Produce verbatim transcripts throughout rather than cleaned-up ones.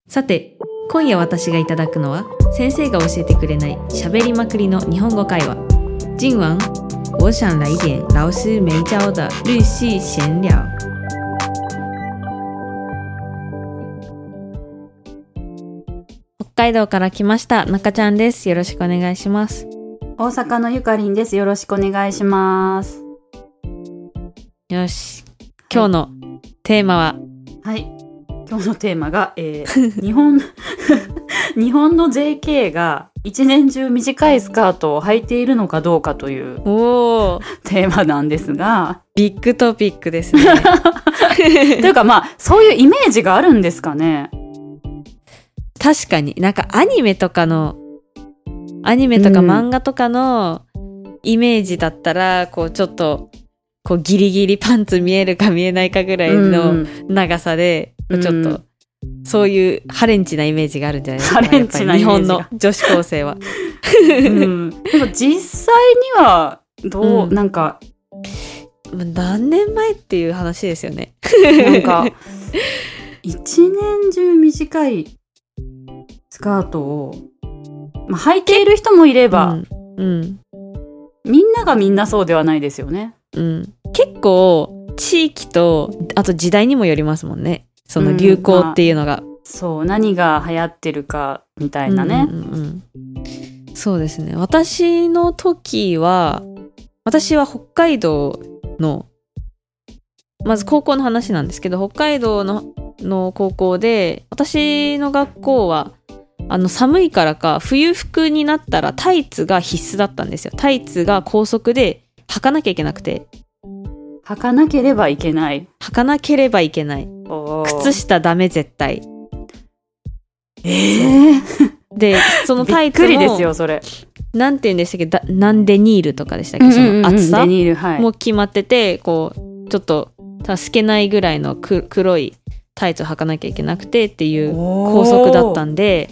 さて、今夜私がいただくのは先生が教えてくれない喋りまくりの日本語会話。今晚我想来点老師没教的日系閒聊。北海道から来ました中ちゃんです。よろしくお願いします。 大阪のゆかりんです。よろしくお願いします。 よし、今日のテーマは、 はい、今日のテーマが、えー、日本日本の ジェーケー が一年中短いスカートを履いているのかどうかというおテーマなんですが、 ビッグトピックですね。 というかまあそういうイメージがあるんですかね。 確かになんかアニメとかのアニメとか漫画とかのイメージだったら、うん、こうちょっとこうギリギリパンツ見えるか見えないかぐらいの長さで、うん、ちょっとそういうハレンチなイメージがあるんじゃないですか。 ハレンチなイメージが、日本の女子高生は、 うん、でも実際にはどう、うん、なんか何年前っていう話ですよね。 なんか一年中短いスカートを、まあ、履いている人もいれば、うんうん、みんながみんなそうではないですよね。 うん、結構地域とあと時代にもよりますもんね。その流行っていうのが、うんまあ、 そう何が流行ってるかみたいなね、 うんうんうん、そうですね。私の時は私は北海道のまず高校の話なんですけど、北海道のの高校で、私の学校はあの寒いからか冬服になったらタイツが必須だったんですよ。タイツが校則で履かなきゃいけなくて、 履かなければいけない履かなければいけない、靴下ダメ絶対。 えー、 でそのタイツもびっくりですよそれ。なんて言うんでしたっけ、だなんデニールとかでしたっけ、うんうんうん、その厚さデニール、はい、 も決まってて、こうちょっと透けないぐらいのく黒いタイツを履かなきゃいけなくてっていう校則だったんで、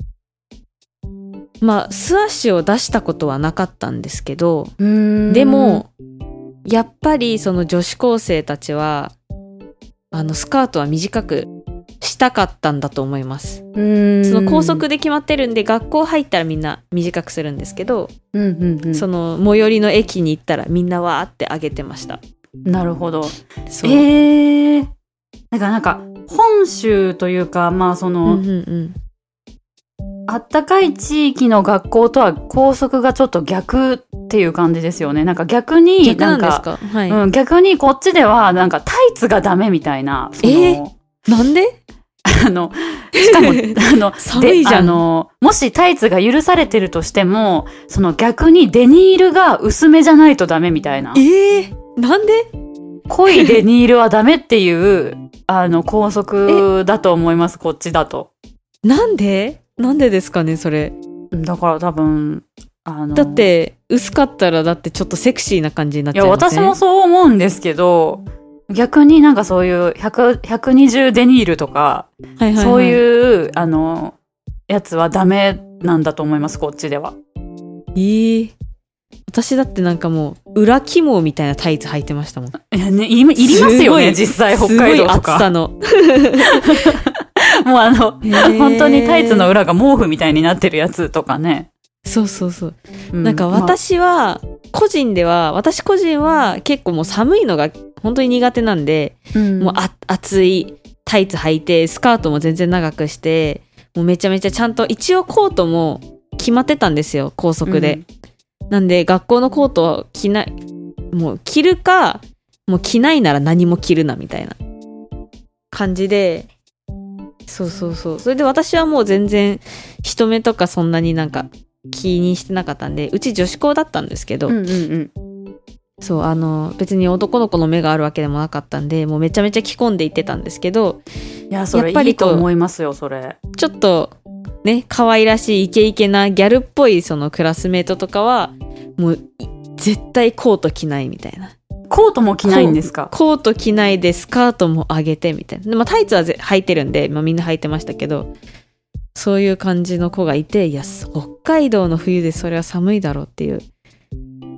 まあ素足を出したことはなかったんですけど、 うーんでもやっぱりその女子高生たちはあのスカートは短くしたかったんだと思います。 うーんその校則で決まってるんで、学校入ったらみんな短くするんですけど、 うんうんうん、 その最寄りの駅に行ったらみんなわーって上げてました。 なるほど。そうえー、なんかなんか本州というか、まあその、うんうんうんあったかい地域の学校とは校則がちょっと逆っていう感じですよね。なんか逆に逆なんですか、はい、 うん、逆にこっちではなんかタイツがダメみたいな。そのえー、なんであのしかもあの寒いじゃん。あのもしタイツが許されてるとしても、その逆にデニールが薄めじゃないとダメみたいな。 えー、なんで濃いデニールはダメっていうあの校則だと思います。こっちだと。 なんでなんでですかねそれ。 だから多分あのだって薄かったらだってちょっとセクシーな感じになっちゃいません？ いや私もそう思うんですけど、逆になんかそういうひゃく、ひゃくにじゅうデニールとか、はいはいはい、そういうあのやつはダメなんだと思います。こっちでは。 えー、私だってなんかもう裏肝みたいなタイツ履いてましたもん。 いやね、い, いりますよね実際北海道とか。 すごい厚さのもうあの本当にタイツの裏が毛布みたいになってるやつとかね。 そうそうそう、うん、なんか私は個人では、私個人は結構もう寒いのが本当に苦手なんで、うん、もうあ厚いタイツ履いてスカートも全然長くして、もうめちゃめちゃちゃんと一応コートも決まってたんですよ校則で、うん、なんで学校のコートを着ない、もう着るかもう着ないなら何も着るなみたいな感じで、そうそうそう、それで私はもう全然人目とかそんなになんか気にしてなかったんで、うち女子校だったんですけど、うんうんうん、そうあの別に男の子の目があるわけでもなかったんで、もうめちゃめちゃ着込んでいってたんですけど、 いやそれやっぱりいいと思いますよ。それちょっとね可愛らしいイケイケなギャルっぽいそのクラスメートとかはもう絶対コート着ないみたいな。 コートも着ないんですか？ コート着ないでスカートも上げてみたいな。で、まあ、タイツは履いてるんで、まあ、みんな履いてましたけど、そういう感じの子がいて、いや北海道の冬でそれは寒いだろうっていう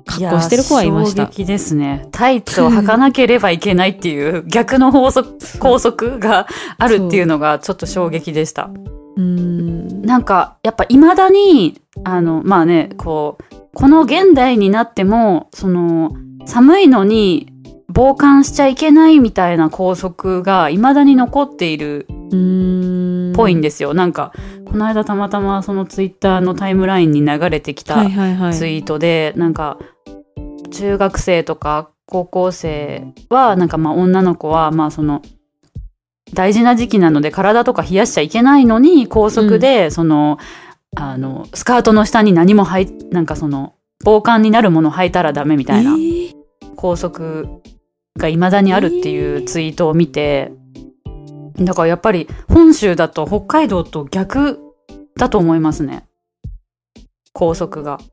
格好してる子はいました。 衝撃ですね。タイツを履かなければいけないっていう逆の法則、校則があるっていうのがちょっと衝撃でした。 うーんなんか、やっぱ未だに、あの、まあね、こう、この現代になっても、その、寒いのに防寒しちゃいけないみたいな校則が未だに残っているっぽいんですよ。なんか、この間たまたまそのツイッターのタイムラインに流れてきたツイートで、なんか、中学生とか高校生は、なんかまあ女の子は、まあその、大事な時期なので体とか冷やしちゃいけないのに、高速で、その、うん、あの、スカートの下に何も履い、なんかその、防寒になるもの履いたらダメみたいな、校則が未だにあるっていうツイートを見て、だからやっぱり本州だと北海道と逆だと思いますね。校則が。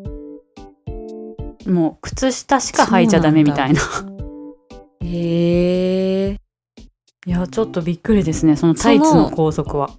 もう靴下しか履いちゃダメみたいな。 へえ。 いや、ちょっとびっくりですね。そのタイツの校則は。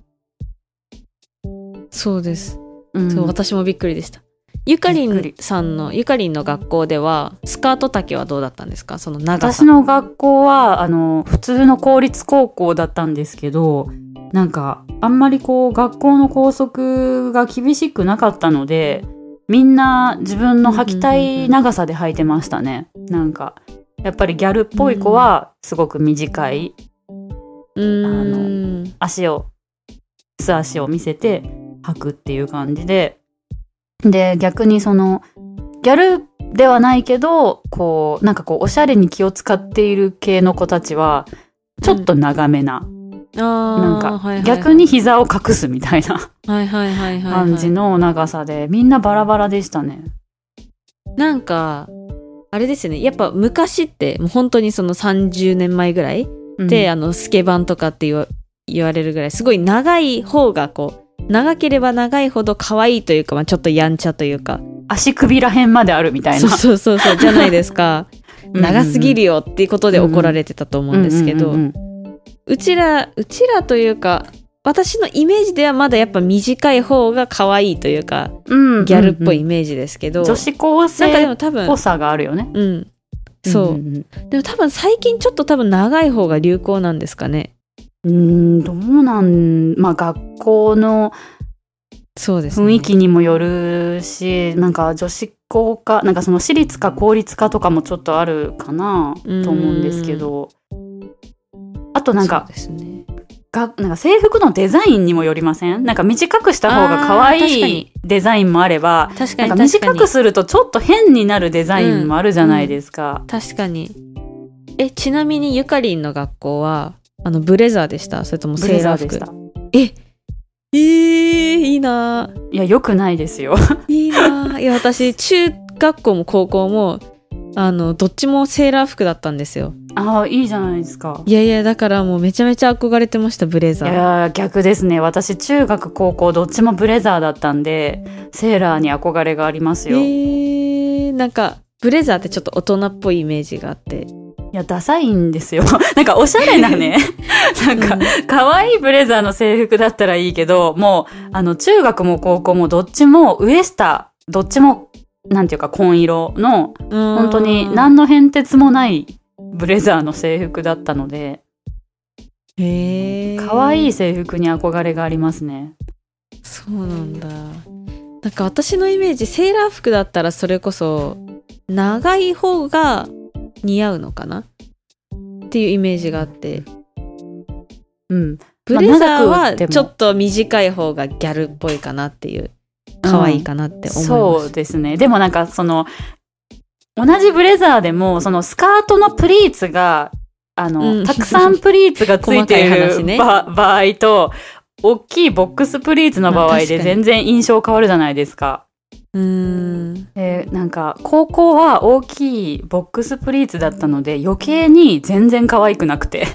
そうです、うん、そう私もびっくりでした。ゆかりんさんのゆかりんの学校ではスカート丈はどうだったんですか？その長さ。 私の学校はあの普通の公立高校だったんですけど、なんかあんまりこう学校の校則が厳しくなかったので、みんな自分の履きたい長さで履いてましたね。なんかやっぱりギャルっぽい子はすごく短い、うん、あの足を素足を見せて履くっていう感じで、で逆にそのギャルではないけどこうなんかこうおしゃれに気を使っている系の子たちはちょっと長めな、うん、なんか、はいはいはい、逆に膝を隠すみたいな感じの長さでみんなバラバラでしたね。 なんかあれですよね、やっぱ昔ってもう本当にそのさんじゅうねんまえぐらいで、うん、あのスケバンとかって言わ、言われるぐらいすごい長い方がこう長ければ長いほど可愛いというか、まあ、ちょっとやんちゃというか足首らへんまであるみたいな、 そうそうそうそうじゃないですか長すぎるよっていうことで怒られてたと思うんですけど、うちらうちらというか私のイメージではまだやっぱ短い方が可愛いというか、うんうんうん、ギャルっぽいイメージですけど、 女子高生っぽさがあるよね。 うんそう、うんうんうん、でも多分最近ちょっと多分長い方が流行なんですかね。 うーんどうなんまあ学校の雰囲気にもよるし、なんか女子校かなんかその私立か公立かとかもちょっとあるかなと思うんですけど、あとなんかそうですね、がなんか制服のデザインにもよりません？なんか短くした方が可愛いデザインもあれば、確かになんか短くするとちょっと変になるデザインもあるじゃないですか、 うんうん、確かに。えちなみにゆかりんの学校はあのブレザーでした？それともセーラー服？ ブレザーでした。ええー、いいな。 いやよくないですよいいな。いや私中学校も高校もあのどっちもセーラー服だったんですよ。 ああいいじゃないですか。 いやいやだからもうめちゃめちゃ憧れてました、ブレザー。 いや逆ですね、私中学高校どっちもブレザーだったんでセーラーに憧れがありますよ。 えー、なんかブレザーってちょっと大人っぽいイメージがあって、 いやダサいんですよなんかおしゃれなねなんか可愛いブレザーの制服だったらいいけど、もうあの中学も高校もどっちもウエスタどっちもなんていうか紺色の本当に何の変哲もないブレザーの制服だったので、 へー可愛い制服に憧れがありますね。 そうなんだ。なんか私のイメージセーラー服だったらそれこそ長い方が似合うのかなっていうイメージがあって、うん、ブレザーはちょっと短い方がギャルっぽいかなっていう、可愛いかなって思います、うん、 そうですね。でもなんかその同じブレザーでもそのスカートのプリーツがあの、うん、たくさんプリーツがついている、ね、場合と大きいボックスプリーツの場合で全然印象変わるじゃないですか。 うーん、 えー、なんか高校は大きいボックスプリーツだったので余計に全然可愛くなくて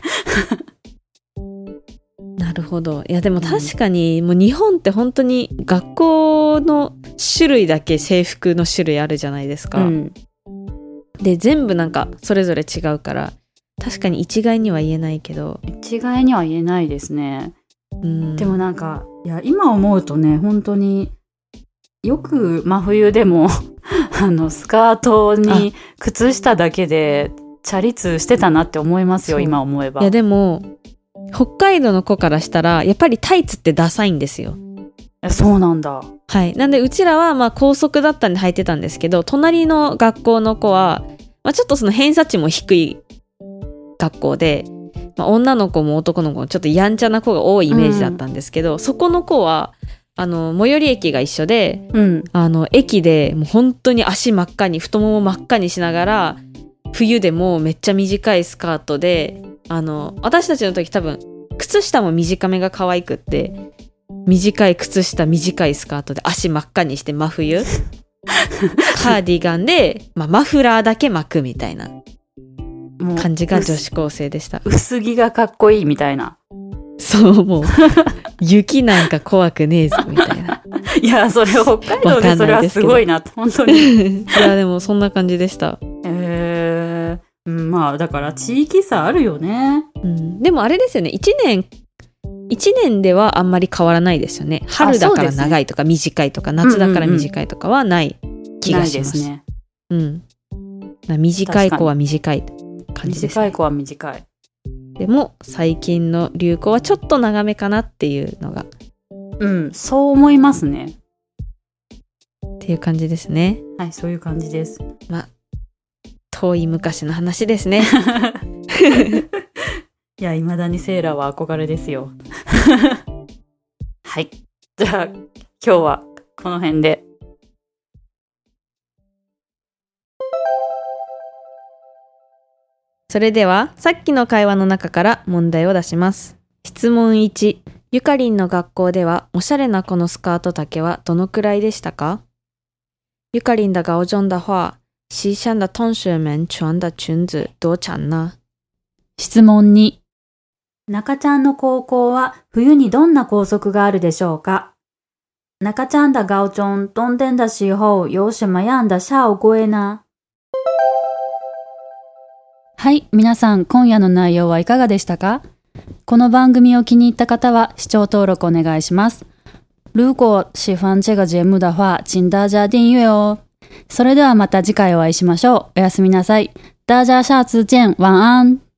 なるほど。いやでも確かに、うん、もう日本って本当に学校の種類だけ制服の種類あるじゃないですか、うん、で全部なんかそれぞれ違うから確かに一概には言えないけど、 一概には言えないですね、うん、でもなんかいや今思うとね本当によく真冬でもあの、スカートに靴下だけで、チャリ通してたなって思いますよ、今思えば。 いやでも、北海道の子からしたら、やっぱりタイツってダサいんですよ。 そうなんだ。 はい。なんで、うちらは、まあ、高速だったんで履いてたんですけど、隣の学校の子は、まあ、ちょっとその偏差値も低い学校で、まあ、女の子も男の子もちょっとやんちゃな子が多いイメージだったんですけど、うん、そこの子は、あの、最寄り駅が一緒で、うん、あの、駅でもう本当に足真っ赤に、太もも真っ赤にしながら、冬でもめっちゃ短いスカートで、あの、私たちの時多分、靴下も短めが可愛くって、短い靴下、短いスカートで足真っ赤にして真冬カーディガンで、まあ、マフラーだけ巻くみたいな感じが女子高生でした。 薄着がかっこいいみたいな。 そうもう雪なんか怖くねえぞみたいな。 いやそれ北海道でそれはすごいな本当に。 いやでもそんな感じでした。 えー、うん、まあだから地域差あるよね。 うん、でもあれですよね。いちねんいちねんではあんまり変わらないですよね。春だから長いとか短いとか、ね、夏だから短いとかはない気がします。ないですね。うん。短い子は短い感じです、ね。 短い子は短い。 でも最近の流行はちょっと長めかなっていうのが。 うん、そう思いますね。 っていう感じですね。 はい、そういう感じです。 まあ、遠い昔の話ですね。 いや、未だにセーラーは憧れですよ。はい。じゃあ、今日はこの辺で。 それでは、さっきの会話の中から問題を出します。質問いち。ゆかりんの学校では、おしゃれなこのスカート丈はどのくらいでしたか？ゆかりん的高中的話、西山的同學們穿的裙子多長呢？ 質問に。中ちゃんの高校は冬にどんな校則があるでしょうか？中ちゃん的高中冬天的時候有什麼樣的校規呢？はい、皆さん今夜の内容はいかがでしたか？この番組を気に入った方は視聴登録お願いします。如果喜欢这个节目的话，请大家订阅哦。それではまた次回お会いしましょう。おやすみなさい。大家下次見。晚安。